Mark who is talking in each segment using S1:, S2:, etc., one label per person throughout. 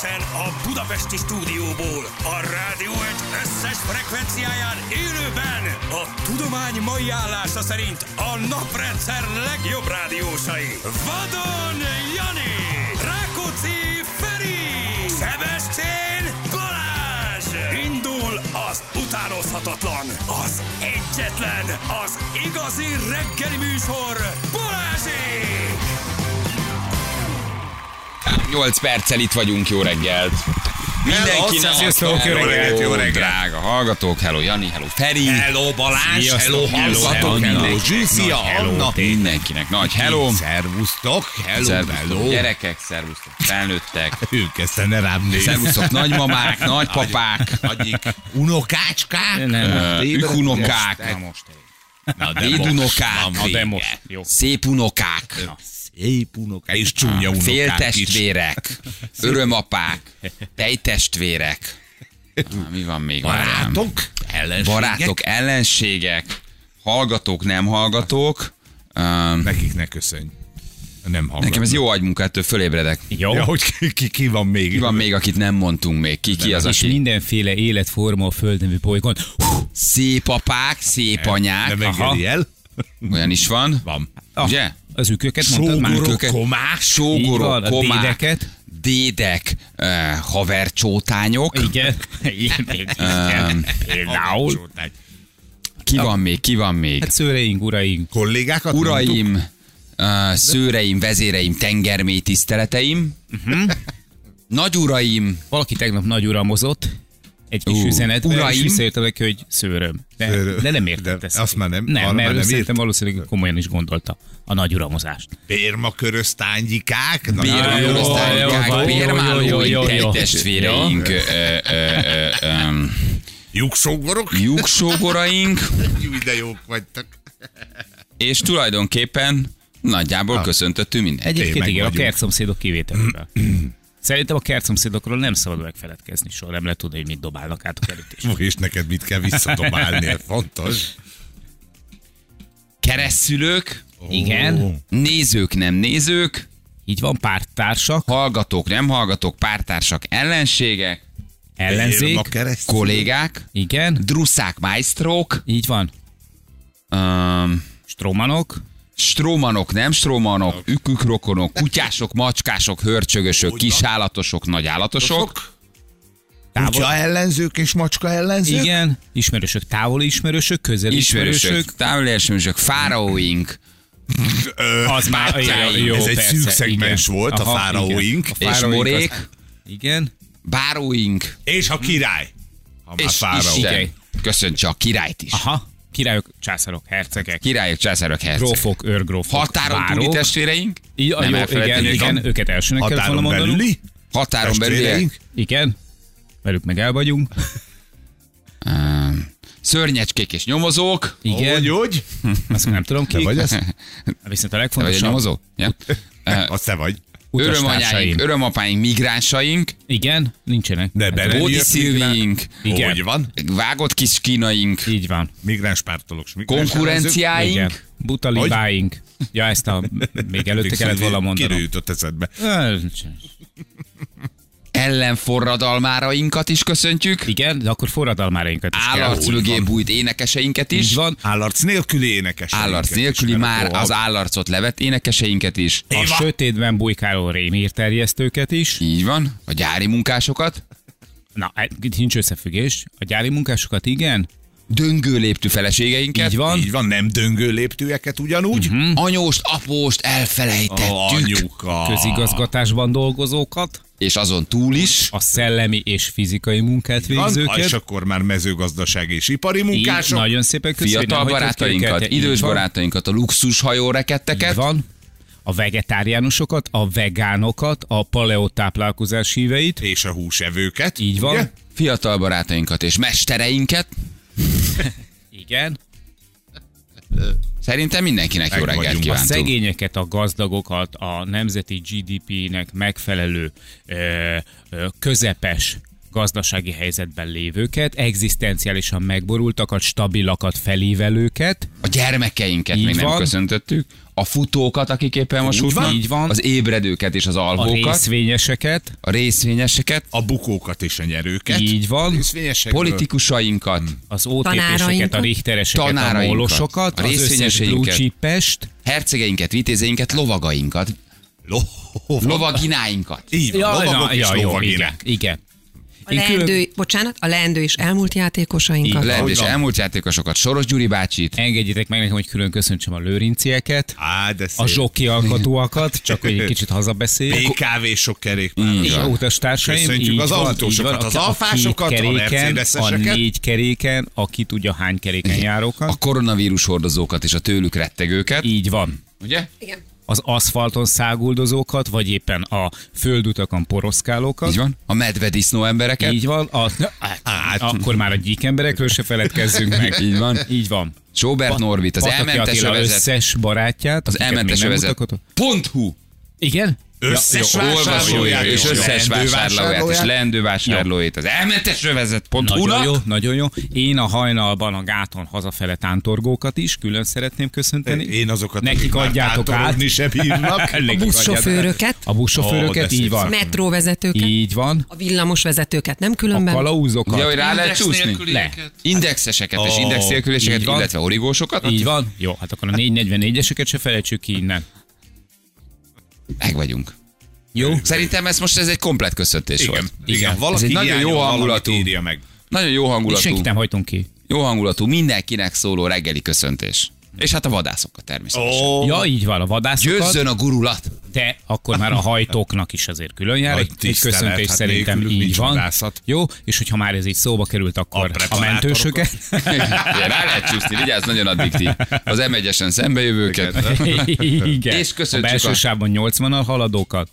S1: Egyenesen a budapesti stúdióból, a rádió egy összes frekvenciáján élőben a tudomány mai állása szerint a naprendszer legjobb rádiósai. Vadon Jani, Rákóczi Feri, Sebestyén Balázs. Indul az utánozhatatlan, az egyetlen, az igazi reggeli műsor, Balázsék!
S2: 8 perccel itt vagyunk, jó reggelt! Mindenkinek
S3: jó reggelt,
S2: drága hallgatók, hello Jani, hello Feri,
S3: hello Balázs, hello hallgatók, hello Zsűszia, Anna,
S2: mindenkinek nagy hello,
S3: szervusztok, hello,
S2: gyerekek, szervusztok, felnőttek,
S3: ők ezt ne rám néz.
S2: szervusztok nagymamák, nagypapák,
S3: unokácskák,
S2: ükunokák, dédunokák, szép unokák,
S3: szép unokák, és csúnya unokák
S2: féltestvérek, örömapák, tejtestvérek, mi van még? Barátok, ellenségek, hallgatók, nem hallgatók.
S3: Nekik ne köszönj. Nem hallgatok.
S2: Nekem ez jó agymunka, ettől fölébredek.
S4: Jó.
S3: Ja, hogy ki van még?
S2: Ki van még, akit nem mondtunk még? Ki az,
S4: És
S2: aki?
S4: mindenféle életforma a földnemű bolygón.
S2: Szép apák, szép anyák.
S3: Nem engedi el.
S2: Olyan is van.
S3: Van.
S2: Ugye?
S4: Az üköket mondtad már?
S3: Sógorok, komák.
S4: Így van,
S2: Sógorok,
S4: a
S2: komák,
S4: dédeket.
S2: dédek, havercsótányok.
S4: Igen. Például.
S2: Ki van még?
S4: Hát szőreink, uraink.
S3: Kollégákat mondtuk?
S2: Uraim, szőreim, vezéreim, tengermély tiszteleteim. Nagyuraim.
S4: Valaki tegnap nagy uramozott egy kis üzenetben,
S2: uraim.
S4: és visszajöttem neki, hogy szőröm. De nem értett ezt.
S3: Azt már nem.
S4: Nem,
S3: arra
S4: mert
S3: már
S4: ő
S3: nem
S4: szerintem
S3: írt.
S4: valószínűleg komolyan is gondolta a nagy uramozást.
S3: Bérmaköröztányikák.
S2: Bérmaköröztányikák, bérmálóink, tejtestvéreink,
S3: Lyuksógorok.
S2: lyuksógoraink,
S3: De jók vagytok.
S2: és tulajdonképpen nagyjából köszöntöttünk mindenkit.
S4: Egyébként
S3: meg
S4: igen, a
S3: vagyunk.
S4: kertszomszédok kivételével. Szerintem a kertszomszédokról nem szabad megfeledkezni soha, nem lehet tudni, hogy mit dobálnak át a kerítésre.
S3: És neked mit kell visszadobálni, ez fontos.
S2: Keresztszülők,
S4: Igen,
S2: nézők, nem nézők,
S4: így van, párttársak,
S2: hallgatók, nem hallgatók, pártársak, ellenségek,
S4: ellenzék,
S3: Bérmakeresztül.
S2: kollégák,
S4: igen,
S2: drusszák, maestrók,
S4: így van, strómanok,
S2: strómanok, nem strómanok, ükük rokonok, kutyások, macskások, hörcsögösök, kisállatosok, nagyállatosok,
S3: Kutya ellenzők és macska ellenzők.
S4: igen, ismerősök, távoli ismerősök, közeli
S2: ismerősök, távoli ismerősök, fáraóink,
S4: az már jó,
S3: Ez egy
S4: persze,
S3: szűk szegmens
S4: igen.
S3: volt, a
S4: Aha,
S3: fáraóink.
S4: igen. A
S2: és
S4: fáraóink
S2: morék,
S4: az- Igen,
S2: báróink,
S3: És a király. Ha már
S2: és
S3: fáraó.
S2: Isten
S4: Igen.
S2: köszöntse a királyt is.
S4: aha, királyok, császárok, hercegek,
S2: Királyok, császárok, hercegek.
S4: grófok, őrgrófok,
S2: Határon túli
S4: bárók.
S2: testvéreink,
S4: Így,
S2: nem
S4: jó,
S2: elfelejteni,
S4: igen, őket elsőnek kellett volna
S3: Határon
S4: mondanunk.
S3: belüli.
S2: határon belüliek,
S3: Testvéreink.
S4: Igen, velük meg el vagyunk.
S2: szörnyecskék és nyomozók.
S4: Igen,
S3: Hogy?
S4: azt nem tudom ki.
S3: Vagy az?
S4: Viszont a
S2: Te vagy a
S4: legfontosabb,
S2: nyomozó? Ja.
S3: Azt te vagy.
S2: Örömanyáink,
S4: utastársaim.
S2: örömapáink, migránsaink,
S4: Igen, nincsenek.
S3: De bele-
S2: bódiszilviink,
S4: Igen.
S3: Hogy van?
S2: vágott kis kínaink,
S4: Így van.
S3: Migráns pártolók. és migráns ellenzők.
S2: konkurenciáink,
S4: Igen. Butalibáink. Ja, ezt még előtte kellett volna mondanom.
S3: Kire jutott eszedbe?
S2: ellenforradalmárainkat is köszöntjük,
S4: Igen, de akkor forradalmárainkat is
S2: állarc
S4: kell.
S2: mögé bújt énekeseinket is,
S4: Így van.
S3: Állarc nélküli énekes.
S2: állarc nélküli már az állarcot levett énekeseinket is,
S4: A sötétben bujkáló rémhírterjesztőket is.
S2: így van, a gyári munkásokat,
S4: Na, itt nincs összefüggés. A gyári munkásokat igen.
S2: döngő léptű feleségeinket,
S4: Így van.
S3: Így van, nem döngő léptőeket ugyanúgy.
S2: anyóst, apóst elfelejtettük,
S3: Anyuka.
S4: Közigazgatásban dolgozókat.
S2: és azon túl is,
S4: A szellemi és fizikai munkát
S3: Van, és
S4: végzőket.
S3: akkor már mezőgazdaság és ipari
S4: Így,
S3: munkások.
S4: nagyon szépen köszönöm. hogy
S2: fiatal
S4: nem hagytuk ki
S2: barátainkat,
S4: őket.
S2: idős
S4: Így van.
S2: barátainkat, a luxushajó
S4: Így
S2: reketteket,
S4: van. A vegetáriánusokat, a vegánokat, a paleotáplálkozás híveit.
S3: És a húsevőket.
S4: Így van.
S3: ugye?
S2: fiatal barátainkat és mestereinket.
S4: Igen.
S2: Szerintem mindenkinek jó
S3: Meg
S2: reggelt
S3: vagyunk.
S4: A
S2: kívántunk.
S4: szegényeket, a gazdagokat, a nemzeti GDP-nek megfelelő közepes gazdasági helyzetben lévőket, egzisztenciálisan megborultakat, stabilakat, felívelőket.
S2: A gyermekeinket
S4: Így
S2: még nem
S4: van.
S2: köszöntöttük. a futókat, akik éppen most futnak,
S4: így van.
S2: az ébredőket és az
S4: A
S2: alvókat,
S4: részvényeseket.
S2: a részvényeseket,
S3: A bukókat és a nyerőket.
S4: Így van.
S3: Részvényesekről.
S2: politikusainkat,
S4: Az OTP-seket, a
S5: Tanárainkat.
S4: richtereseket, a
S2: Tanárainkat,
S4: mólosokat,
S2: a
S4: az összes
S2: részvényeseinket.
S4: blue chipest.
S2: hercegeinket, vitézeinket, lovagainkat, lovagináinkat.
S3: Így van, lovagok és lovaginák.
S4: igen.
S5: A leendő és elmúlt játékosainkat.
S2: Lehet, és elmúlt játékosokat, Soros Gyuri bácsit,
S4: Engedjétek meg nekem, hogy külön köszöntsem a lőrincieket,
S3: De
S4: a zsokki alkatóakat, csak hogy egy kicsit hazabeszéljek.
S3: BKV-sok kerékpár.
S4: És a utastársaim,
S3: Köszöntjük
S4: így
S3: az
S4: van,
S3: autósokat,
S4: így van,
S3: az
S4: a
S3: alfásokat,
S4: két
S3: a
S4: keréken, a
S3: mercedeseseket.
S4: 4 keréken, aki tudja hány keréken járókat.
S2: a koronavírus hordozókat és a tőlük rettegőket.
S4: Így van.
S2: Ugye?
S5: Igen.
S4: Az aszfalton száguldozókat, vagy éppen a földutakon poroszkálókat.
S2: Így van. A medvedisznó embereket.
S4: Így van. Akkor már a gyík emberekről se feledkezzünk meg.
S2: Így van.
S4: Így van.
S2: Sóbert Norbit, az
S4: Pataki
S2: elmentes
S4: Attila
S2: övezet.
S4: összes barátját.
S2: Az
S4: akiket
S2: elmentes
S4: még nem
S2: övezet.
S4: mutatott.
S2: .hu.
S4: Igen?
S3: Összes
S4: Jó,
S3: vásárlóját
S2: és összes vásárlóját és leendő vásárlóit. Az elmentes övezet.hu-nak.
S4: Nagyon jó, nagyon jó. Én a hajnalban a gáton hazafele tántorgókat is külön szeretném köszönteni.
S3: Én azokat,
S4: Nekik
S3: akik már
S4: adjátok át.
S3: tántorodni se bírnak.
S5: A buszsofőröket,
S4: A buszsofőröket,
S3: de
S4: így
S3: szép
S4: van.
S5: metróvezetőket,
S4: Így van.
S5: a villamosvezetőket nem
S4: A
S5: különben.
S4: kalaúzokat.
S2: Ugye, hogy rá lehet csúszni?
S4: Le.
S2: Indexeseket és index nélküliseket,
S4: így van.
S2: illetve origósokat.
S4: Így van. Jó, hát akkor a 444-eseket se felejtsük ki innen.
S2: Meg vagyunk.
S4: Jó?
S2: Szerintem ez egy komplett köszöntés
S3: Igen,
S2: volt.
S3: igen. Valaki
S2: Ez egy nagyon jó
S3: hiányol, valamit
S2: hangulatú.
S3: írja meg.
S2: Nagyon jó
S4: És
S2: hangulatú.
S4: senkit nem hajtunk ki.
S2: Jó hangulatú, mindenkinek szóló reggeli köszöntés. És hát a vadászokkal természetesen.
S4: Ja, így van, a vadászokat.
S2: Győzzön a gurulat!
S4: De akkor már a hajtóknak is azért külön jár.
S3: Nagy
S4: Egy
S3: tisztelet,
S4: köszöntés
S3: hát
S4: szerintem
S3: nélkülük
S4: így
S3: nincs
S4: van.
S3: vadászat.
S4: Jó, és hogyha már ez így szóba került, akkor a
S3: preparátorokat.
S4: mentősöket.
S2: Ja, rá lehet csúszni, vigyázz, nagyon addiktív. Az M1-esen szembejövőket.
S4: Igen.
S2: És köszönjük
S4: a belső
S2: a-
S4: sávban 80-al haladókat.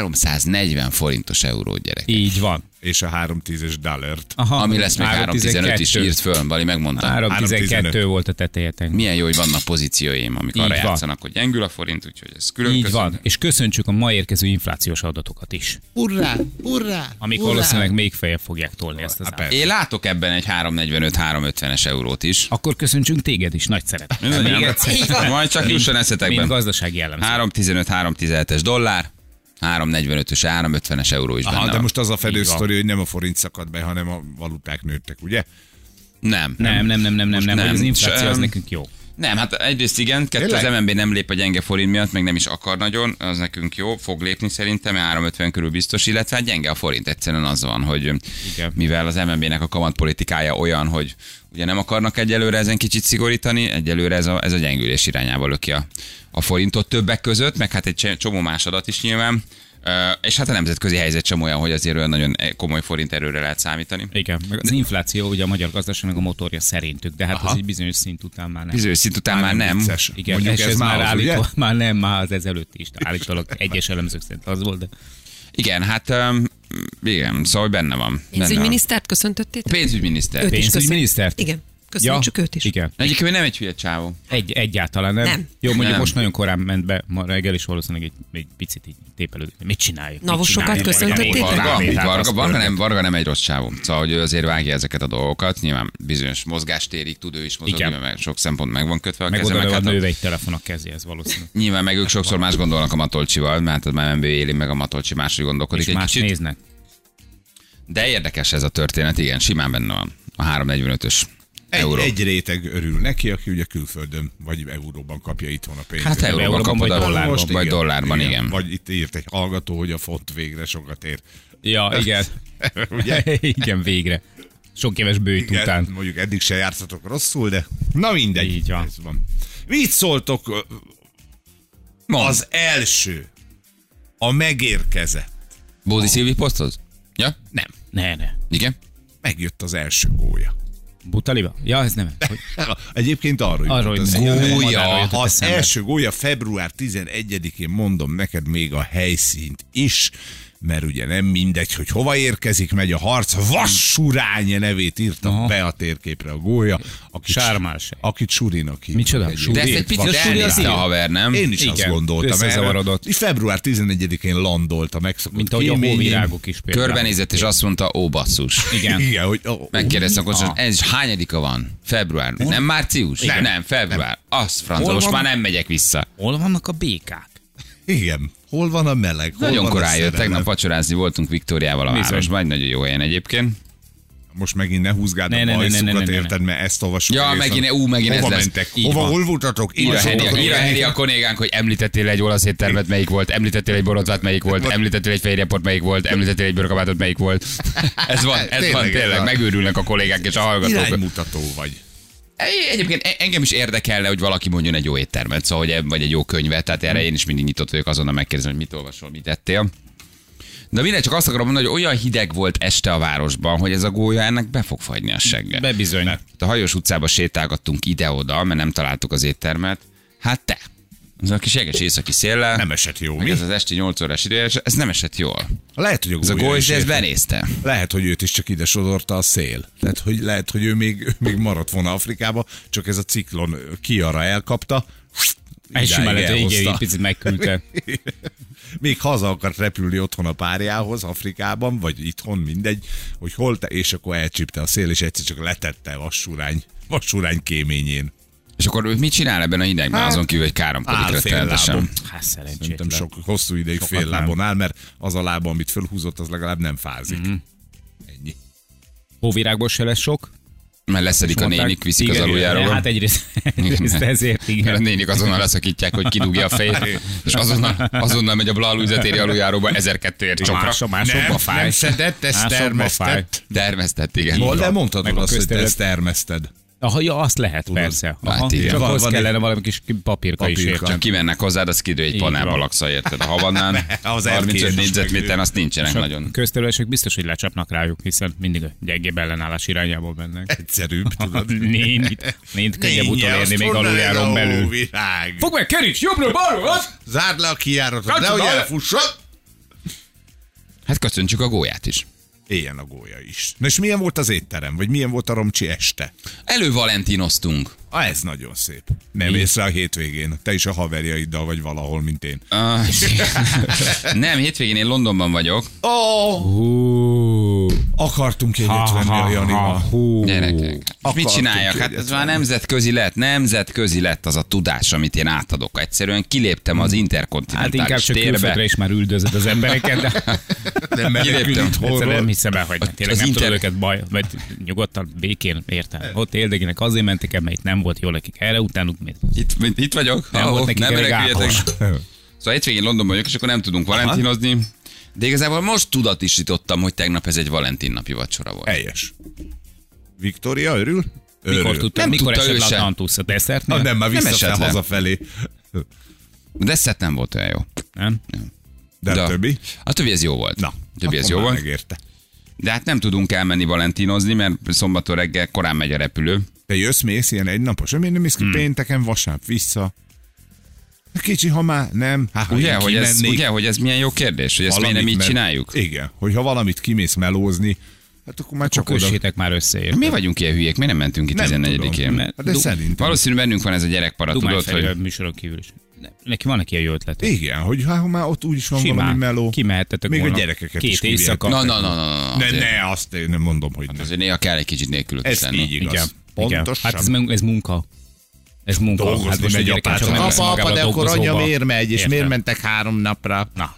S2: 340 forintos eurót, gyerek.
S4: Így van.
S3: És a 310-es dollart.
S4: Aha,
S2: Ami lesz még 315 is
S4: 312.
S2: írt föl, Bali megmondta.
S4: 312 volt a tetejeten.
S2: Milyen jó, hogy vannak pozícióim, amik
S4: Így
S2: arra
S4: van.
S2: játszanak, hogy gyengül a forint, úgyhogy ez külön
S4: Így
S2: köszönöm.
S4: van. És köszöntsük a ma érkező inflációs adatokat is.
S3: Urrá, urrá,
S4: Amik valószínűleg még feljebb fogják tolni ezt az árat.
S2: Én látok ebben egy 345-350-es eurót is.
S4: Akkor köszöntsünk téged is, nagy szeretettel. Még egyszer.
S2: Majd csak jusson
S4: Mint
S2: eszetekben.
S4: gazdasági jellemző.
S2: 315-317-es dollár, 345-ös, 350-es euró is
S3: Aha,
S2: benne
S3: de
S2: van.
S3: most az a
S4: Így van.
S3: fedősztori, hogy nem a forint szakad be, hanem a valuták nőttek, ugye?
S2: Nem.
S4: Nem,
S2: nem.
S4: hogy az infláció az
S2: Sem.
S4: nekünk jó.
S2: Nem, hát egyrészt igen, kettő az
S3: Tényleg?
S2: MNB nem lép a gyenge forint miatt, meg nem is akar nagyon, az nekünk jó, fog lépni szerintem, 350 körül biztos, illetve hát gyenge a forint, egyszerűen az van, hogy
S4: Igen.
S2: mivel az MNB-nek a kamatpolitikája olyan, hogy ugye nem akarnak egyelőre ezen kicsit szigorítani, egyelőre ez a gyengülés irányába löki a forintot többek között, meg hát egy csomó más adat is nyilván. És hát a nemzetközi helyzet sem olyan, hogy azért olyan nagyon komoly forint erőre lehet számítani.
S4: Igen, meg az infláció ugye a magyar gazdaságnak a motorja szerintük, de hát az egy bizonyos szint után már nem.
S2: Bizonyos szint után már nem.
S3: Vicces.
S4: Igen,
S3: Mondjuk
S4: és
S3: ez
S4: ez már
S3: már az, ugye?
S4: állítva, már nem, már az ezelőtt is. Állítólag egyes elemzők szerint az volt, de
S2: Igen, hát igen, szóval benne van.
S5: Pénzügyminisztert köszöntöttétek?
S2: Pénzügyminiszter.
S5: Őt is
S4: pénzügyminisztert?
S5: Igen, köszönjük őt is.
S4: Igen.
S2: Egyébként nem egy hülye csávó.
S4: Egyáltalán nem.
S5: Nem.
S4: Jó, mondjuk
S2: Nem.
S4: most nagyon korán ment be ma reggel, és valószínűleg egy picit így tépelődik. Mit csináljuk?
S5: Na, most sokat köszöntöttétek?
S2: Varga nem egy rossz csávó. Szóval, hogy ő azért vágja ezeket a dolgokat. Nyilván bizonyos mozgástérig tud ő is mozogni,
S4: Igen.
S2: mert sok szempont meg van kötve a
S4: Meg
S2: keze.
S4: oda
S2: Meg
S4: a
S2: hát
S4: nőve egy telefon a kezéhez valószínűleg.
S2: nyilván meg ők sokszor más gondolnak a Matolcsival, mert az MNB éli meg a Matolcsi máshogy gondolkodik
S4: És
S2: egy
S4: más
S2: kicsit.
S4: néznek.
S2: De érdekes ez a történet, igen, simán benne van a 345-ös euró.
S3: Egy réteg örül neki, aki ugye külföldön vagy euróban kapja itthon a pénzt.
S2: Hát euróban
S4: Euróban
S2: kapod,
S4: vagy dollárban.
S3: Most
S2: vagy dollárban, igen.
S3: Vagy itt írt egy hallgató, hogy a font végre sokat ér.
S4: Ja, igen.
S3: Ugye?
S4: Igen, végre. Sok éves bőjt
S3: Igen,
S4: után.
S3: mondjuk eddig se játszatok rosszul, de na mindegy.
S4: Így van.
S3: Ez van. Mit szóltok az első, a megérkezett?
S2: Bódi Szilvi poszthoz? Ja?
S3: Nem.
S4: Ne.
S2: Igen?
S3: Megjött az első gólya.
S4: Butaliba? Ja, ez nem.
S3: Egyébként arról
S4: Arról,
S3: jutott
S4: hogy
S3: eszembe.
S4: gólya.
S3: Az első gólya február 11-én, mondom neked még a helyszínt is, mert ugye nem mindegy, hogy hova érkezik, megy a harc, Vassurány nevét írta be a térképre a gólya, akit Surinak hívnak.
S4: Micsoda?
S2: De ezt egy picit elnézte a haver, nem?
S3: Én is azt gondoltam. Február 11-én landolt a megszokott
S4: mint ahogy a hóvirágok is például.
S2: Körbenézett és azt mondta, ó basszus.
S3: Igen, hogy...
S2: Megkérdeztem, hogy ez hányadika van? Február. Nem március? Nem, február. Az franc, most már nem megyek vissza.
S4: Hol vannak a békák?
S3: Igen. Hol van a meleg?
S2: Nagyon korán jött, tegnap vacsorázni voltunk Viktóriával a városban, nagyon jó helyen egyébként.
S3: Most megint ne húzgáld a bajszukat, érted, mert ezt olvasok.
S2: Ja, megint ez lesz.
S3: Hol voltatok?
S2: Ír a Henry a kollégánk, hogy említettél egy olasz éttermet, melyik volt, említettél egy borotvát, melyik volt, említettél egy fehérjeport, melyik volt, említettél egy bőrkabátot, melyik volt. Ez van, tényleg, megőrülnek a kollégák és a hallgatók.
S3: Iránymutató vagy.
S2: Egyébként engem is érdekelne, hogy valaki mondjon egy jó éttermet, szóval, vagy egy jó könyvet, tehát erre én is mindig nyitott vagyok, azonnal megkérdezem, hogy mit olvasol, mit ettél. De mindegy, csak azt akarom mondani, hogy olyan hideg volt este a városban, hogy ez a gólya ennek be fog fagyni a segge.
S4: Bebizony.
S2: A Hajós utcába sétálgattunk ide-oda, mert nem találtuk az éttermet. Hát te! Az a kis jeges északi széllel.
S3: Nem esett jó, mi?
S2: Ez az esti 8 órás idő, ez nem esett jól.
S3: Lehet, hogy
S2: ez a gólya ezt benézte.
S3: Lehet, hogy őt is csak ide sodorta a szél. Lehet, hogy ő még maradt volna Afrikába, csak ez a ciklon Kiara elkapta.
S4: Egy simán lehet, hogy egy picit megküldte.
S3: Még haza akart repülni otthon a párjához, Afrikában, vagy itthon, mindegy, hogy hol te, és akkor elcsípte a szél, és egyszer csak letette Vassurány kéményén.
S2: És akkor mit csinál ebben a hidegben, azon kívül, hogy káromkodik rettenetesen?
S4: Hát szerencsétlen.
S3: Szerintem hosszú ideig fél lábon áll, mert az a lába, amit fölhúzott, az legalább nem fázik. Ennyi.
S4: Hóvirágból se lesz sok.
S2: Mert leszedik a nénik, viszik az aluljáról.
S4: Hát egyrészt ezért, igen.
S2: Mert a nénik azonnal leszakítják, hogy kidugja a fejét, és azonnal megy a Blahalújzetéri aluljáróba 1002-ért csokra.
S3: Másokba fáj. Nem szedett, ezt termesztett.
S2: Termesztett, igen.
S3: De mondtad azt, hogy ezt termeszted.
S4: Ja, azt lehet, persze. Csak ahhoz kellene valami kis papírka is, értem.
S2: Csak kimennek hozzád, az kidő egy panelba laksz, érted? A havannán 35 négyzetméteren azt nincsenek nagyon.
S4: Közterületesek biztos, hogy lecsapnak rájuk, hiszen mindig a gyengébb ellenállás irányából mennek.
S3: Egyszerűbb, tudod.
S4: Nént könnyebb utolérni még aluljáron belül. Fogd meg, keríts, jobbról, balról!
S3: Zárd le a kijáratot, nehogy elfusson!
S2: Hát köszöntsük a gólyát is.
S3: Éljen a gólya is. Na és milyen volt az étterem? Vagy milyen volt a Romcsi este?
S2: Elővalentinoztunk.
S3: Ez nagyon szép. Nem észre a hétvégén. Te is a haverjaiddal vagy valahol, mint én.
S2: Nem, hétvégén én Londonban vagyok.
S3: Akartunk egyet venni a Janival.
S2: Gyerekek, mit csináljak? Hát ez már nemzetközi lett az a tudás, amit én átadok. Egyszerűen kiléptem az interkontinentális
S4: térbe. Hát inkább csak külföldre is már üldözöd az embereket, de nem hiszem el, hogy tényleg nem tudod őket vagy nyugodtan, békén, érted. Ott érdekének azért mentek el, mert itt nem volt jól nekik. Erre utánuk miért?
S2: Itt vagyok.
S4: Nem volt nekik elég ápos.
S2: Szóval hétvégén Londonban vagyok, és akkor nem tudunk valentinozni. De igazából most tudatisítottam, hogy tegnap ez egy valentinnapi vacsora volt.
S3: Helyes. Viktória örül?
S4: Mikor tudta? Mikor esett le a tantusz? A desszertnél?
S3: Nem, már visszafel hazafelé.
S2: A desszert nem volt olyan jó.
S4: Nem?
S3: De a többi?
S2: A többi ez jó volt.
S3: Na,
S2: többi ez jó volt.
S3: Megérte.
S2: De hát nem tudunk elmenni valentinozni, mert szombaton reggel korán megy a repülő.
S3: Te jössz, mész ilyen egynapos? Miért nem mész ki pénteken, vasárnap vissza? Kicsi, ha már nem.
S2: Ugye, hogy ez milyen jó kérdés, hogy ezt miért nem így csináljuk?
S3: Igen, hogyha valamit kimész melózni, hát akkor már csak
S4: kössétek már össze.
S2: Mi vagyunk ilyen hülyék, miért nem mentünk ki 14-én?
S3: De szerintem.
S2: Valószínűleg bennünk van ez a gyerekpara, tudod, hogy...
S4: a műsoron kívül is. Neki vannak ilyen jó ötletek.
S3: Igen, hogy már ott úgyis van valami meló.
S4: Kimehettetek
S3: még
S4: volna.
S3: A gyerekeket
S4: két
S3: is
S4: éjszaka.
S3: Ne, azt én nem mondom, hogy nem.
S2: Azért néha kell egy kicsit nélkülök is lenni.
S3: Ez így igaz.
S4: Pontosan. Hát ez munka. Ez munka.
S3: Dolgozni megy apát. Apa, de akkor anya miért megy, és miért mentek 3 napra?
S4: Na.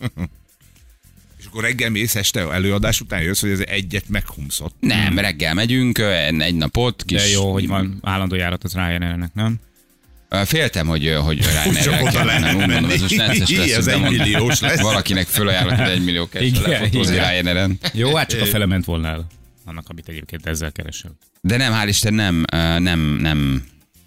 S3: És akkor reggel mész este előadás után jössz, hogy ez egyet meghumszott.
S2: Nem, reggel megyünk, egy napot.
S4: De jó, hogy van állandó járat az Ryanairnek, nem?
S2: Féltem, hogy Ryanairnek kell. Mondom, ez most necces lesz.
S3: Ez 1 milliós lesz.
S2: Valakinek fölajánlott, hogy 1 millió kell lefotózni Ryanairen.
S4: Jó, hát csak a fele ment volna el annak, amit egyébként ezzel keresel.
S2: De nem, hál' Isten, nem.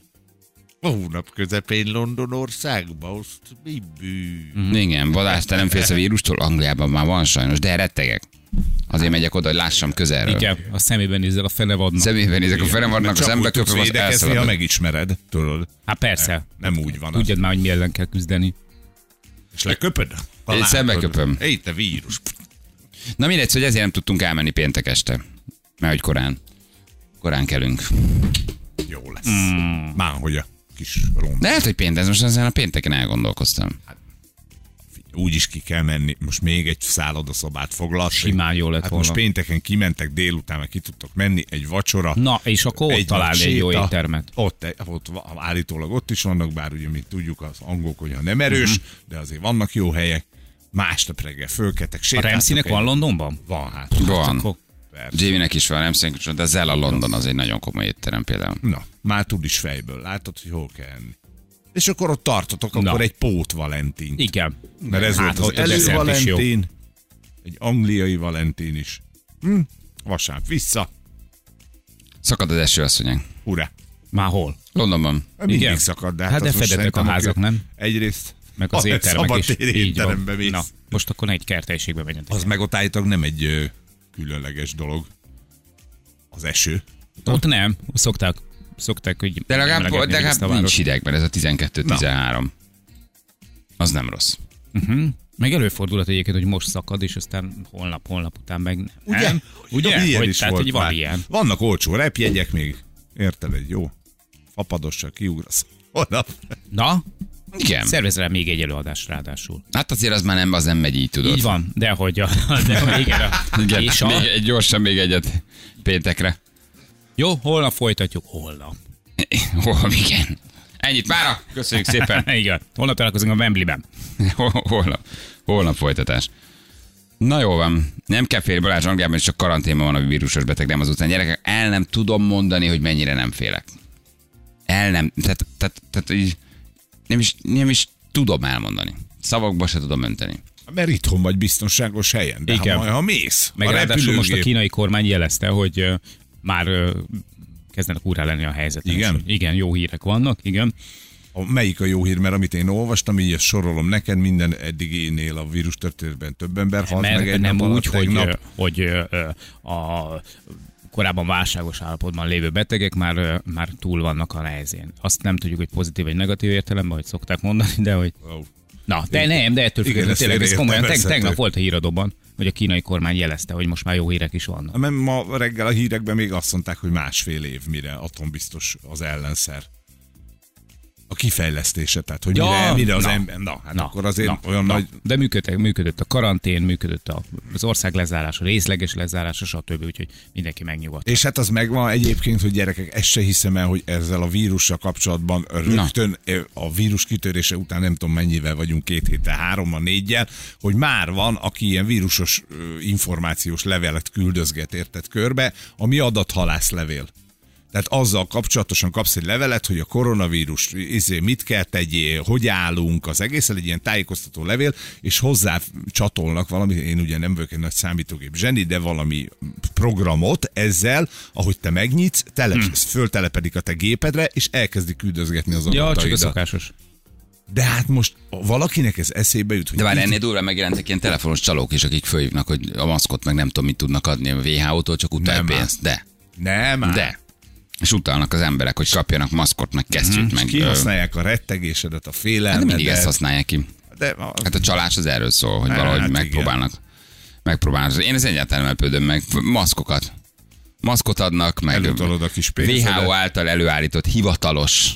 S3: Hónap közepén Londonországba, azt mi bű.
S2: Igen, Balázs, te nem félsz a vírustól? Angliában már van sajnos, de rettegek. Azért megyek oda, hogy lássam közelről.
S4: Igen, a szemében nézek a fenevadnak.
S2: Szemében nézek a fenevadnak, a szembe köpöm, az
S3: elszaladok. Ha megismered, tudod.
S4: Hát persze.
S3: Nem úgy van.
S4: Tudjad már, hogy mi ellen kell küzdeni.
S3: És leköpöd?
S2: Én szembeköpöm.
S3: Itt a vírus.
S2: Na mindegy, hogy ezért nem tudtunk elmenni péntek este. Mert hogy korán kelünk.
S3: Jó lesz. Már hogy a kis rom.
S2: De lehet, hogy péntek, most ezen a pénteken elgondolkoztam.
S3: Úgy is ki kell menni. Most még egy szállodaszobát foglalsz.
S4: Simán jó lett
S3: hát
S4: volna.
S3: most pénteken kimentek, délután meg ki tudtok menni, egy vacsora.
S4: Na, és akkor ott találni egy jó éttermet.
S3: Ott állítólag ott is vannak, bár ugye mi tudjuk az angolok, hogy nem erős, de azért vannak jó helyek. Másnap reggel fölkeltek,
S4: A
S3: sétáltok.
S4: Ramsey-nek van Londonban?
S3: Van, hát.
S2: Van.
S4: Akkor
S2: Jamie-nek is van, nem szerintem, de Zella London az egy nagyon komoly étterem például.
S3: Na, már tud is fejből. Látod, hogy hol kell enni. És akkor ott tartotok, akkor egy pót Valentint.
S4: igen.
S3: Mert ez
S4: Hát,
S3: volt
S4: ott
S3: az
S4: a
S3: elő
S4: desszert is jó.
S3: Valentin, egy angliai Valentin is. Vasárnap vissza.
S2: Szakad az eső, asszonyánk.
S3: Ura.
S4: Már hol?
S2: Londonban.
S3: Mindig
S4: Igen.
S3: szakad, de
S4: Hát de
S3: azt most
S4: fedetek a
S3: szerintem,
S4: házak,
S3: aki-
S4: nem?
S3: Egyrészt.
S4: Meg az éttermek is.
S3: Szabadtéri
S4: Így van.
S3: étterembe mész.
S4: Na, most akkor egy kertelségbe menjetek.
S3: Az meg ott állítólag nem egy különleges dolog. Az eső.
S4: Ott nem. Szokták, hogy
S2: De legalább
S4: emlegetni ezt a
S2: nincs
S4: várost.
S2: hideg, mert ez a 12-13. Az nem rossz.
S4: Meg előfordulhat egyébként, hogy most szakad, és aztán holnap után meg nem.
S3: Ugye?
S4: Ugye?
S3: Ilyen
S4: Hogy,
S3: is
S4: tehát,
S3: volt
S4: hogy van
S3: már.
S4: ilyen.
S3: Vannak olcsó repjegyek még. Érted, egy jó fapadossal kiugrasz. Holnap.
S4: Na,
S2: Igen.
S4: szervezz rá még egy előadást ráadásul.
S2: Hát azért az már nem megy így, tudod.
S4: Így van, de hogy igen.
S2: Igen.
S4: És
S2: Gyorsan még egyet péntekre.
S4: Jó, holnap folytatjuk. Holnap.
S2: Igen. Ennyit mára. Köszönjük szépen.
S4: Igen. Holnap találkozunk a Wembleyben.
S2: Holnap folytatás. Na jó van. Nem kell félni, Balázs Angliában, és csak karanténban van a vírusos beteg, nem az utcán. Gyerekek, el nem tudom mondani, hogy mennyire nem félek. Tehát így nem is tudom elmondani. Szavakba se tudom önteni.
S3: Mert itthon vagy biztonságos helyen. De
S4: Igen.
S3: ha mész,
S4: Meg
S3: a
S4: ráadásul most a
S3: repülőgép-
S4: kínai kormány jelezte, hogy már kezdenek úrrá lenni a helyzeten.
S3: Igen?
S4: És, igen, jó hírek vannak, igen.
S3: Melyik a jó hír, mert amit én olvastam, így ezt sorolom neked, minden eddigénél a vírus történetben több ember halt meg
S4: Mert
S3: egy
S4: nem
S3: nap alatt,
S4: úgy, hogy
S3: tegnap.
S4: a korábban válságos állapotban lévő betegek már túl vannak a nehezén. Azt nem tudjuk, hogy pozitív vagy negatív értelemben, hogy szokták mondani, de hogy...
S3: Ó.
S4: Na, de nem, de ettől függetlenül
S3: ezt
S4: tényleg ez komolyan.
S3: félreértelmezhető.
S4: Tegnap volt a híradóban, hogy a kínai kormány jelezte, hogy most már jó hírek is vannak.
S3: Mert ma reggel a hírekben még azt mondták, hogy 1,5 év, mire atombiztos az ellenszer. A kifejlesztése, tehát hogy mire az ember... Na, hát akkor azért olyan nagy...
S4: De működött a karantén, működött az ország lezárása, részleges lezárása, stb. Úgyhogy mindenki megnyugodt.
S3: És hát az megvan egyébként, hogy gyerekek, ezt se hiszem el, hogy ezzel a vírussal kapcsolatban rögtön a vírus kitörése után nem tudom mennyivel vagyunk 2 héttel, 3-4-jel, hogy már van, aki ilyen vírusos információs levelet küldözget, érted körbe, ami adathalász levél. Tehát azzal kapcsolatosan kapsz egy levelet, hogy a koronavírus mit kell tegyél, hogy állunk, az egészen egy ilyen tájékoztató levél, és hozzá csatolnak valami, én ugye nem vagyok egy nagy számítógép zseni, de valami programot ezzel, ahogy te megnyitsz, föltelepedik a te gépedre, és elkezdi küldözgetni az adataidat.
S4: Ja, csak a szokásos.
S3: De hát most valakinek ez eszébe jut, hogy...
S2: De már ennél durván megjelentek ilyen telefonos csalók is, akik fölhívnak, hogy a maszkot meg nem tudom, mit tudnak adni a WHO-tól, csak utána
S3: Nem
S2: pénzt.
S3: Nem.
S2: És utalnak az emberek, hogy kapjanak maszkot, meg kesztyűt, meg...
S3: Kihasználják a rettegésedet, a
S2: Hát
S3: félelmedet.
S2: mindig ezt használják ki.
S3: De
S2: Hát a csalás az erről szól, hogy valahogy
S3: igen.
S2: megpróbálnak. Én ez egyáltalán lepődöm meg. Maszkot adnak, meg
S3: Elutalod a kis pénzedet.
S2: WHO által előállított hivatalos,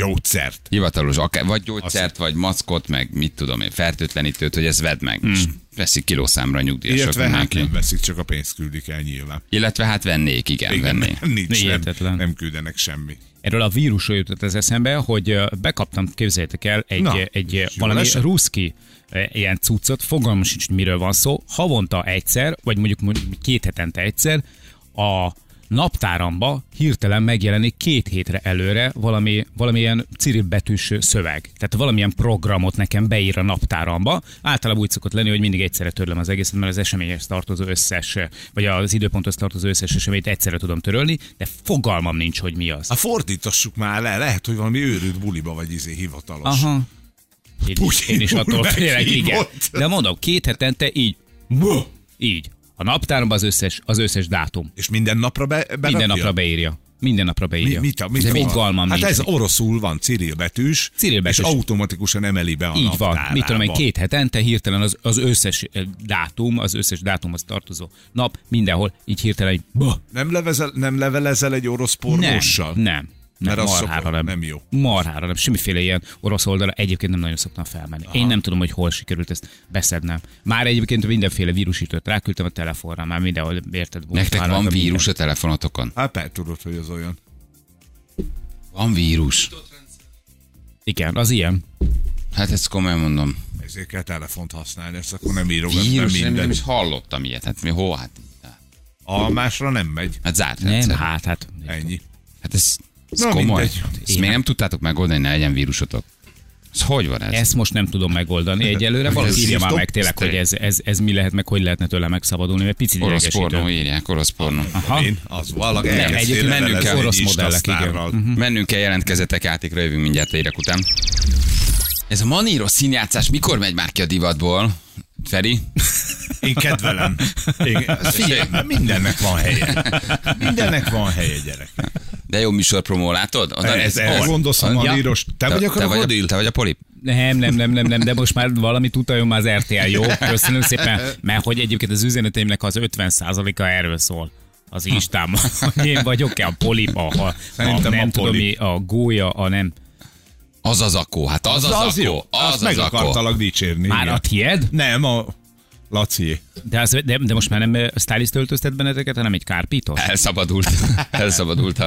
S2: vagy gyógyszert, vagy maszkot, meg mit tudom én, fertőtlenítőt, hogy ezt vedd meg. És veszik kilószámra a nyugdíjasok.
S3: Illetve hát
S2: mindenki.
S3: nem veszik, csak a pénzt küldik el nyilván.
S2: Illetve hát vennék, igen, vennék.
S3: Nincs,
S4: Hihetetlen.
S3: nem küldenek semmi.
S4: Erről a vírusról jutott az eszembe, hogy bekaptam, képzeljétek el, egy valami
S3: esett?
S4: ruszki ilyen cuccot, fogalmam sincs, hogy miről van szó, havonta egyszer, vagy mondjuk 2 hetente egyszer, a naptáramba hirtelen megjelenik 2 hétre előre valamilyen cirilbetűs szöveg. Tehát valamilyen programot nekem beír a naptáramba. Általában úgy szokott lenni, hogy mindig egyszerre törlöm az egészet, mert az eseményhez tartozó összes, vagy az időponthoz tartozó összes eseményt egyszerre tudom törölni, de fogalmam nincs, hogy mi az.
S3: Hát fordítassuk már le, lehet, hogy valami őrült buliba vagy hivatalos.
S4: Aha. Én is attól félek, igen.
S3: meghívott.
S4: De mondom, 2 hetente így. A naptárban az összes dátum.
S3: És minden napra berakja?
S4: Minden napra beírja. Minden napra beírja.
S3: De
S4: fogalmam
S3: hát
S4: nincs.
S3: ez oroszul van, cirilbetűs, és automatikusan emeli be a
S4: így
S3: naptárába.
S4: van. Mit tudom én, 2 hetente hirtelen az összes dátumhoz tartozó nap mindenhol így hirtelen
S3: Nem levelezel egy orosz pornóssal?
S4: Nem.
S3: Mert az
S4: marhára
S3: nem jó.
S4: Marhára nem. Semmiféle ilyen orosz oldalra egyébként nem nagyon szoktam felmenni. Aha. Én nem tudom, hogy hol sikerült ezt beszednem. Már egyébként mindenféle vírusítőt ráküldtem a telefonra, már mindenhol érted.
S2: Nektek van vírus a telefonotokon?
S3: Hát tudod, hogy az olyan.
S2: Van vírus.
S4: Igen, az ilyen.
S2: Hát ezt komolyan mondom.
S3: Ezért kell telefont használni, ezt akkor nem írogatni
S2: vírus,
S3: minden.
S2: Nem is hallottam ilyet. Hát mi hol? Hát,
S3: a másra nem megy.
S2: Hát zárt
S4: nem,
S2: rendszer.
S3: Hát ennyi.
S2: Hát ez komoly. Ezt még nem tudtátok megoldani, ne legyen vírusotok. Ez hogy van ez?
S4: Ezt most nem tudom megoldani egyelőre. Valaki írja már meg tényleg, hogy ez mi lehet, meg hogy lehetne tőle megszabadulni, mert picit
S2: orosz
S4: idegesítő.
S2: pornó írják, orosz pornó.
S3: Az valaki
S4: egyébként
S2: mennünk kell
S4: orosz modellek, igen.
S2: Mennünk kell, jelentkezetek játékra, jövünk mindjárt a hírek után. Ez a maníros színjátszás mikor megy már ki a divatból? Feri?
S3: Én kedvelem. Figyelj, mindennek van helye. Mindennek van helye, gyerek.
S2: De jó műsorpromó, látod?
S3: Ez gondolsz a maníros. Te vagy a krokodil?
S2: Te vagy a polip?
S4: Nem, de most már valamit utaljon már az RTL, jó? Köszönöm szépen, mert hogy egyébként az üzeneteimnek az 50%-a erről szól. Az Istámon. Én vagyok-e a polip, nem tudom mi, a gólya, a nem...
S2: Az az akó, hát az akó.
S3: Jó. Azt meg akartalak dicsérni.
S4: Már a tied?
S3: Nem, a Lacié.
S4: De most már nem stylist öltöztet benneteket, hanem egy kárpítos?
S2: Elszabadult.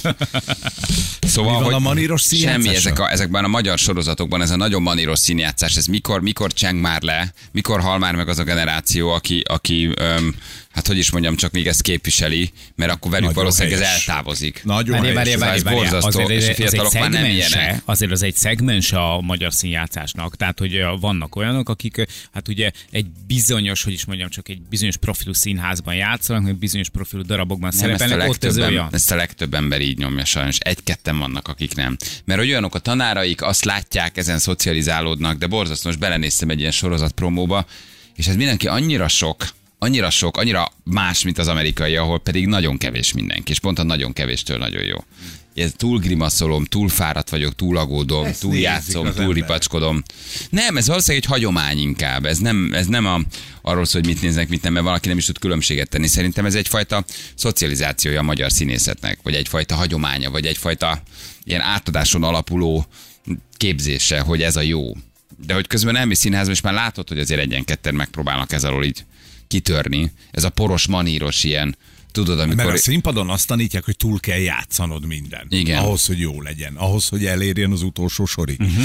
S2: Szóval,
S3: mi van a maníros színjátszása?
S2: Semmi ezekben a magyar sorozatokban, ez a nagyon maníros színjátszás, ez mikor cseng már le, mikor hal már meg az a generáció, aki hát hogy is mondjam, csak még ezt képviseli, mert akkor velük nagyon valószínűleg helyes. Ez eltávozik.
S3: Nagyon
S2: helyes. Borzasztó, és a fiatalok már nem ilyenek.
S4: Azért az egy szegmens a magyar színjátszásnak, tehát hogy vannak olyanok, akik hát ugye egy bizonyos, hogy is mondjam, csak egy bizonyos profilú színházban játszanak, meg bizonyos profilú darabokban szerepelnek, ott ez olyan.
S2: Ezt a legtöbb ember így nyomja sajnos. 1-2 vannak, akik nem. Mert hogy olyanok a tanáraik, azt látják, ezen szocializálódnak, de borzasztó, most belenéztem egy ilyen sorozat promóba, és ez mindenki annyira annyira más, mint az amerikai, ahol pedig nagyon kevés mindenki, és pont a nagyon kevéstől nagyon jó. Ez túl grimaszolom, túl fáradt vagyok, túl aggódom, ezt túl játszom, túl ripacskodom. Nem, ez valószínűleg egy hagyomány inkább. Ez nem arról szól, hogy mit néznek, mit nem, mert valaki nem is tud különbséget tenni. Szerintem ez egyfajta szocializációja a magyar színészetnek, vagy egyfajta hagyománya, vagy egyfajta ilyen átadáson alapuló képzése, hogy ez a jó. De hogy közben elmész színházban, és már látod, hogy azért egyen-ketten megpróbálnak ez alól így kitörni. Ez a poros, maníros ilyen, tudod, amikor...
S3: Mert a színpadon azt tanítják, hogy túl kell játszanod minden.
S2: Igen.
S3: Ahhoz, hogy jó legyen. Ahhoz, hogy elérjen az utolsó sorig is.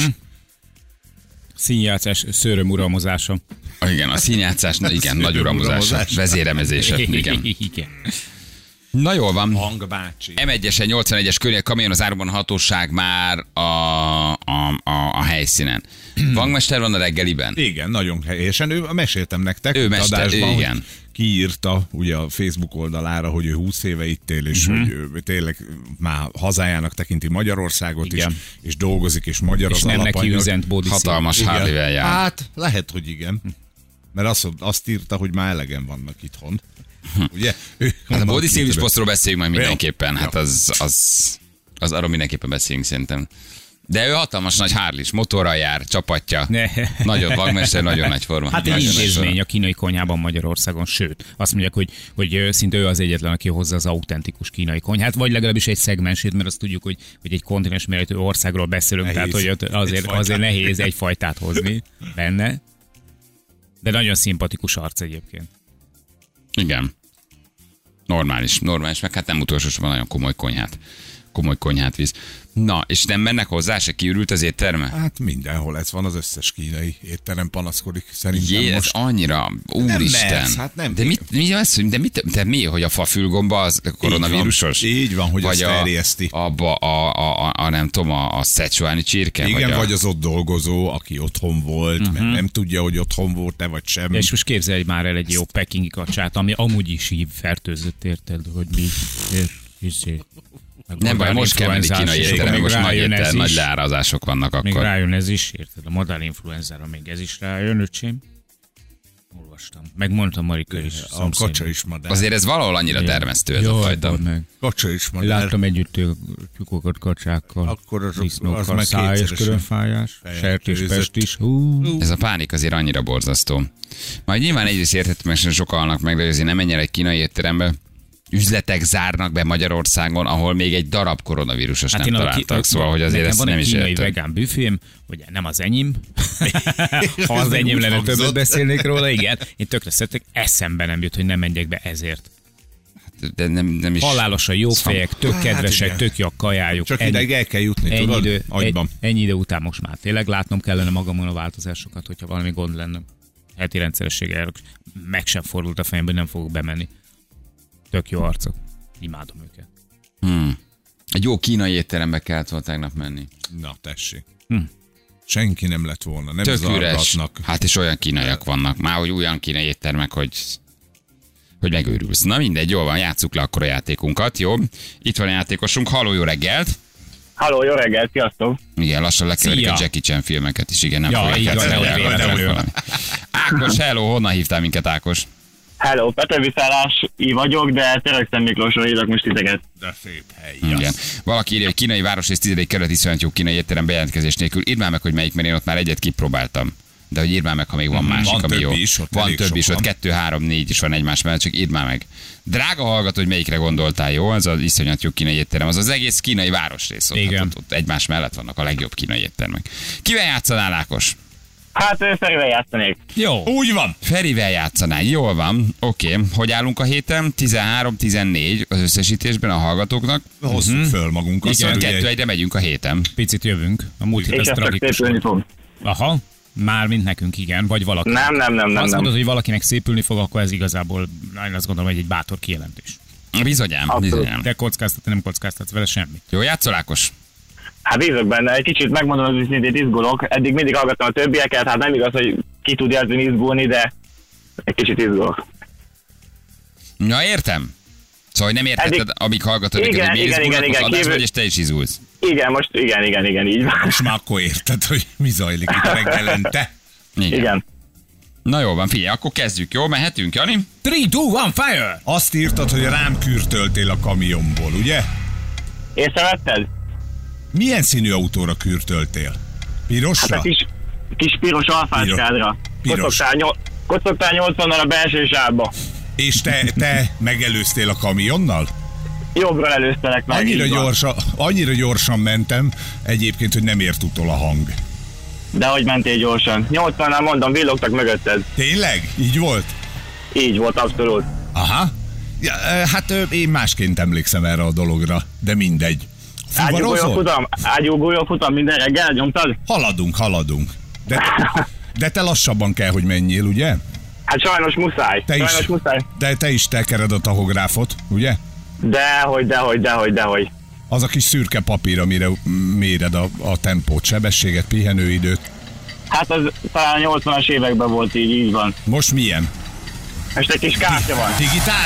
S4: Színjátszás, szőröm uralmazása.
S2: Igen, a színjátszás, igen, nagy uramozása, vezéremezése. Igen. Na jól van.
S3: Hangbácsi.
S2: M1-esen, 81-es környék kamion az áruban hatóság már a helyszínen. Vangmester van a reggeliben?
S3: Igen, nagyon helyesen. Meséltem nektek.
S2: Ő igen.
S3: Kiírta ugye a Facebook oldalára, hogy ő 20 éve itt él, és hogy ő tényleg már hazájának tekinti Magyarországot is, és dolgozik, és magyar és az
S4: nem
S3: alapanyag.
S4: Neki üzent bódiszi.
S2: Hatalmas Harley-vel jár.
S3: Hát, lehet, hogy igen. Mert azt írta, hogy már elegen vannak itthon. Ugye?
S2: Hát a Body Silvis posztról beszéljünk majd mindenképpen. Hát az arról mindenképpen beszéljünk szerintem. De ő hatalmas nagy Harley-s, motorral jár, csapatja. Nagyon Vagmester, nagyon nagy forma.
S4: Hát egy intézmény a kínai konyhában Magyarországon, sőt, azt mondják, hogy szinte ő az egyetlen, aki hozza az autentikus kínai konyhát, vagy legalábbis egy szegmensét, mert azt tudjuk, hogy egy kontinens méretű országról beszélünk, nehéz. Tehát hogy azért nehéz egy fajtát hozni benne. De nagyon szimpatikus arc egyébként.
S2: Igen. Normális, meg hát nem utolsó sorban nagyon komoly konyhát visz. Na, és nem mennek hozzá, se kiürült az étterme?
S3: Hát mindenhol ez van, az összes kínai étterem panaszkodik szerintem most.
S2: Ez annyira, úristen.
S3: Nem.
S2: De mi, hogy a fafülgomba az koronavírusos?
S3: Így van, hogy
S2: vagy
S3: azt terjeszti.
S2: Nem tudom, a szecsuáni csirke?
S3: Igen, vagy az ott dolgozó, aki otthon volt, mert nem tudja, hogy otthon volt-e, vagy sem.
S4: És most képzelj már el egy jó pekingi kacsát, ami amúgy is így fertőzött, érted, hogy mi...
S2: Nem baj, most kell menni kínai étterem, most nagy leárazások vannak akkor.
S4: Még rájön ez is, érted? A madárinfluenzára még ez is rájön, öcsém. Olvastam. Megmondtam Marika is.
S3: A kacsa is madár.
S2: Azért ez valahol annyira termesztő ez a fajta.
S3: Kacsa is madár.
S4: Láttam együtt tyúkokat kacsákkal.
S3: Akkor az
S4: disznókkal,
S3: meg
S4: száj és
S3: kétszeresen
S4: körönfájás, sertéspest is.
S2: Ez a pánik azért annyira borzasztó. Majd nyilván egyrészt értettem, mert sokan halnak meg, de azért nem menj el egy kínai étterembe. Üzletek zárnak be Magyarországon, ahol még egy darab koronavírusos nem találtak, szóval hogy azért ezt nem is értem.
S4: Van egy kínai vegán büfém, ugye nem az enyém. Ha az enyém lenne, többet beszélnék róla, igen. Én tökre szeretek, eszembe nem jut, hogy nem menjek be ezért.
S2: De nem is...
S4: Halálosan jó fejek, tök kedvesek, tök jó a kajájuk.
S3: Csak ideig el kell jutni, tudod?
S4: Ennyi idő után most már tényleg látnom kellene magamon a változásokat, hogyha valami gond lenne. Heti rendszerességgel meg sem fordult a fejembe, hogy nem fogok bemenni. Tök jó arcok. Imádom őket.
S2: Egy jó kínai étterembe kellett volna tegnap menni.
S3: Na, tessék. Senki nem lett volna, nem
S2: tök üres.
S3: zargatnak.
S2: Hát és olyan kínaiak vannak. Már hogy olyan kínai éttermek, hogy megőrülsz. Na mindegy, jól van, játsszuk le akkor a játékunkat, jó? Itt van a játékosunk, halló, jó reggelt!
S6: Halló, jó reggelt, sziasztok!
S2: Igen, lassan lekeverik a Jackie Chan filmeket is, igen, nem fogják játszani. Ákos, hello, honnan hívtál minket, Ákos?
S6: Hello, Petröviszállásí vagyok, de Törökszent Miklósról hívok most titeket.
S3: De szép hely.
S2: Igen. Valaki írja, hogy kínai városrész 10. kerület iszonyat jó kínai étterem bejelentkezés nélkül. Írd már meg, hogy melyik, mert én ott már egyet kipróbáltam. De hogy írd már meg, ha még van másik,
S3: van
S2: ami jó.
S3: Van több is,
S2: ott 2, 3, 4 is van egymás mellett, csak írd már meg. Drága hallgató, hogy melyikre gondoltál, jó? Az az iszonyat jó kínai étterem, az egész kínai városrész. Ott egymás mellett vannak a legjobb kínai éttermek. Kivel játszanál, Ákos?
S6: Hát Ferivel játszanék.
S2: Jó. Úgy van. Ferivel játszanál. Jól van. Oké. Hogy állunk a héten? 13-14 az összesítésben a hallgatóknak.
S3: Hozzuk föl magunkat.
S2: Igen, 2-1-re megyünk a héten.
S4: Picit jövünk. A múlt hét az tragikus. Aha. Mármint nekünk, igen, vagy valaki.
S6: Nem.
S4: Azt mondod, hogy valakinek szépülni fog, akkor ez igazából, én azt gondolom, hogy egy bátor kijelentés.
S2: Bizonyám.
S4: Te kockáztatsz, nem kockáztatsz vele semmit.
S2: Jó, játszol, Ákos?
S6: Hát bízok benne, egy kicsit megmondom, hogy őszintén izgulok. Eddig mindig hallgattam a többieket, hát nem igaz, hogy ki tud jelzni izgulni, de egy kicsit izgulok.
S2: Ja, értem. Szóval, hogy nem értetted, amíg hallgatod őket, hogy miért izgulnak, most adás vagy, és te is izgulsz.
S6: Igen, most igen, így van.
S3: Most már akkor érted, hogy mi zajlik itt reggelente.
S6: Igen.
S2: Na jó van, figyelj, akkor kezdjük, jó? Mehetünk, Jani?
S4: 3, 2, 1, fire!
S3: Azt írtad, hogy rám kürtöltél a kamionból, ugye?
S6: Észrevetted?
S3: Milyen színű autóra kürtöltél? Pirosra?
S6: Hát a kis piros alfáskádra. Kocogtál 80-nal a belső sávba.
S3: És te megelőztél a kamionnal?
S6: Jobbra előztelek meg.
S3: Annyira gyorsan mentem, egyébként, hogy nem ért utol a hang.
S6: De hogy mentél gyorsan? 80-nál mondom, villogtak mögötted.
S3: Tényleg? Így volt?
S6: Így volt, abszolút.
S3: Aha. Ja, hát én másként emlékszem erre a dologra, de mindegy.
S6: Ágyúgolyó futam minden reggel, nyomtad?
S3: Haladunk. De te lassabban kell, hogy menjél, ugye?
S6: Hát sajnos muszáj.
S3: De te is tekered a tahográfot, ugye?
S6: Dehogy.
S3: Az a kis szürke papír, amire méred a tempót, sebességet, pihenőidőt.
S6: Hát az talán 80-as években volt így van.
S3: Most milyen?
S6: Most egy kis kártya van.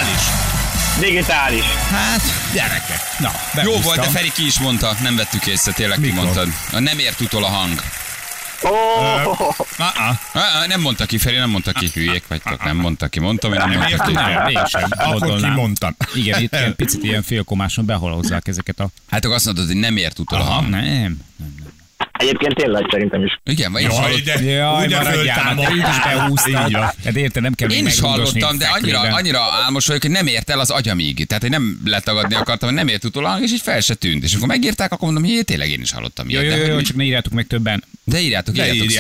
S6: Digitális.
S3: Hát, gyerekek. Na,
S2: jó volt, de Feri ki is mondta, nem vettük észre, tényleg kimondtad. Nem ért utol a hang. Nem mondta ki, Feri, nem mondta ki, hülyék vagytok, nem mondta ki, mondtam, hogy nem mondta ki.
S4: Én sem.
S3: Akkor kimondtam.
S4: Igen, itt picit ilyen félkomáson beholozzák ezeket a...
S2: Hát akkor azt mondod, hogy nem ért utol a hang.
S4: Nem.
S6: Egyébként tényleg szerintem is.
S2: Igen, vagy
S4: Jaj, maradjál, te így is behúztad. Hát érted, nem kell.
S2: Én is hallottam, de annyira álmos vagyok, hogy nem ért el az agyamig. Tehát, hogy nem letagadni akartam, hogy nem ért utol a hang, és így fel se tűnt. És akkor megírták, akkor mondom, hogy tényleg én is hallottam ilyet.
S4: Jó, csak ne írjátok meg többen.
S2: De írjátok.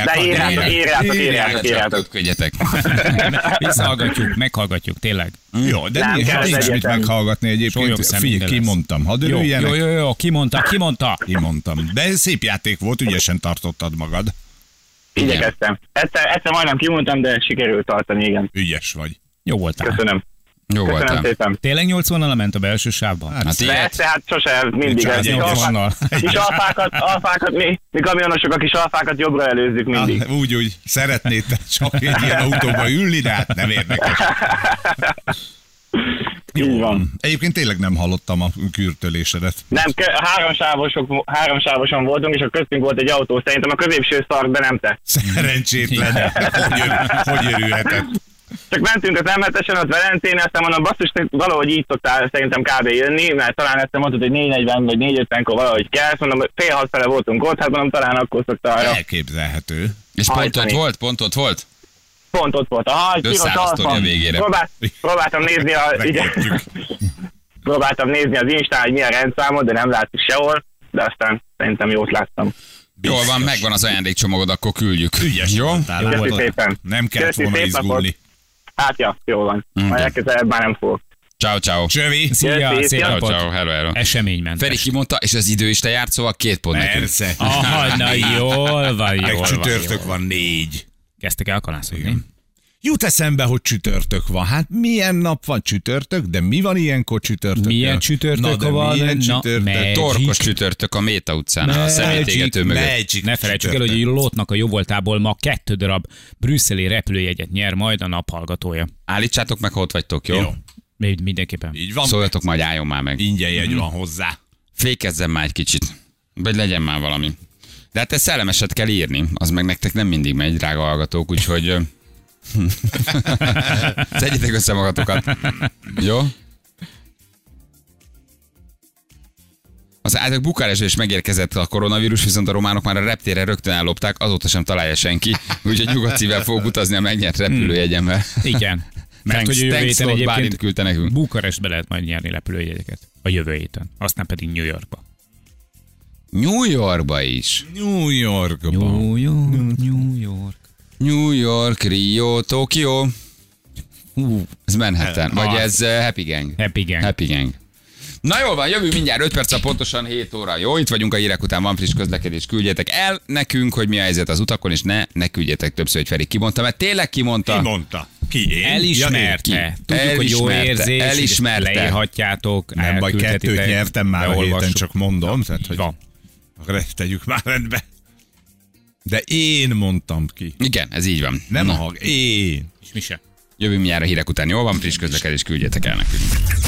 S2: Ködjetek.
S4: Visszahallgatjuk, meghallgatjuk, tényleg.
S3: Jó, de nincs mit meghallgatni egyébként. Figyelj, kimondtam. Hadd örüljenek.
S4: Jó, kimondta.
S3: Kimondtam. De szép játék volt, ügyesen tartottad magad.
S6: Igyekeztem. Egyszer majdnem kimondtam, de sikerült tartani, igen.
S3: Ügyes vagy.
S4: Jó voltál.
S6: Köszönöm.
S2: Jó voltál.
S6: Szépen.
S2: Tényleg
S4: 80-nal ment a belső sávban?
S2: Hát
S6: persze, hát sose, mindig. Kis alfákat, mi kamionosok a kis alfákat jobbra előzzük mindig.
S3: Úgy, szeretnéd csak egy ilyen autóba ülni, de hát nem érdekes.
S6: Így van.
S3: Egyébként tényleg nem hallottam a kürtölésedet.
S6: Nem, háromsávosan voltunk, és a köztünk volt egy autó. Szerintem a középső szark, de nem te.
S3: Szerencsétlen. Hogy örülhetett?
S6: Csak mentünk az M7-esen, ott Velencén, aztán mondom, basszus, valahogy így szoktál szerintem kb. Jönni, mert talán ezt mondtad, hogy 4:40 vagy 4:50-kor valahogy kell, mondom, 5:30 fele voltunk ott, hát mondom, talán akkor szokta arra.
S3: Elképzelhető.
S2: És pont ott volt? Pont ott volt?
S6: Pont ott volt. Aha,
S2: a végére.
S6: Próbáltam nézni próbáltam nézni az Instán, hogy milyen rendszámot, de nem látszik sehol, de aztán szerintem jót láttam.
S2: Jól van, megvan az ajándékcsomagod, akkor küldjük.
S3: Ügyes
S2: jó?
S6: Köszi szépen.
S3: Nem kellett volna izgulni.
S6: Hát ja, jó van. Majd elkezdett már nem fogok.
S2: Ciao.
S3: Csövi.
S4: Szia, szép napot.
S2: Ciao, hello.
S4: Eseménymentes.
S2: Feri kimondta, és az idő is lejárt, szóval 2 pont nekünk.
S3: Persze.
S4: Aha, na jól van.
S3: Csütörtök van 4.
S4: Kezdtek el kalászodni.
S3: Jut eszembe, hogy csütörtök van. Hát milyen nap van csütörtök, de mi van ilyenkor csütörtök?
S4: Milyen csütörtök van?
S3: Milyen csütörtök?
S2: Torkos csütörtök a Méta utcán, a szemétégető mögött.
S4: Ne felejtsük el, hogy Lótnak a jóvoltából ma 2 darab brüsszeli repülőjegyet nyer majd a naphallgatója.
S2: Állítsátok meg, ha ott vagytok, jó?
S4: Mindenképpen.
S3: Így van.
S2: Szóljatok, majd álljon már meg.
S3: Ingyen jegy van hozzá.
S2: Fékezzen már egy kicsit. Vagy legyen már valami. De hát ezt szellemeset kell írni. Az meg nektek nem mindig megy, drága hallgatók, úgyhogy... Szedjétek össze magatokat. Jó? Az által Bukarestbe is megérkezett a koronavírus, viszont a románok már a reptérre rögtön ellopták, azóta sem találja senki, úgyhogy nyugodt szívvel fogok utazni a megnyert repülőjegyemmel.
S4: Igen. Mert hogy a jövő héten egyébként
S2: küldte nekünk.
S4: Bukarestbe lehet majd nyerni repülőjegyeket. A jövő héten. Aztán pedig New Yorkba.
S2: New Yorkba is.
S3: New York.
S2: New York, Rio, Tokyo. Ez Manhattan. Vagy ez Happy Gang. Happy Gang. Na jól van, jövünk mindjárt 5 perc, pontosan 7 óra. Jó, itt vagyunk a hírek után, van friss közlekedés. Küldjetek el nekünk, hogy mi a helyzet az utakon, és ne küldjetek többször, hogy Feri kimondta, mert tényleg kimondta.
S3: Ki mondta? Ki? Én?
S4: Elismerte. Tudjuk, hogy jó érzés,
S2: elismerte.
S4: Leírhatjátok.
S3: Nem baj, 2 nyertem már a héten, csak mondom. Tehát, hogy
S4: van.
S3: Tegyük már rendbe. De én mondtam ki.
S2: Igen, ez így van.
S3: Nem a hag, én.
S4: És mi se.
S2: Jövünk mindjárt a hírek után, jól van, friss közlekedés, küldjetek el nekünk.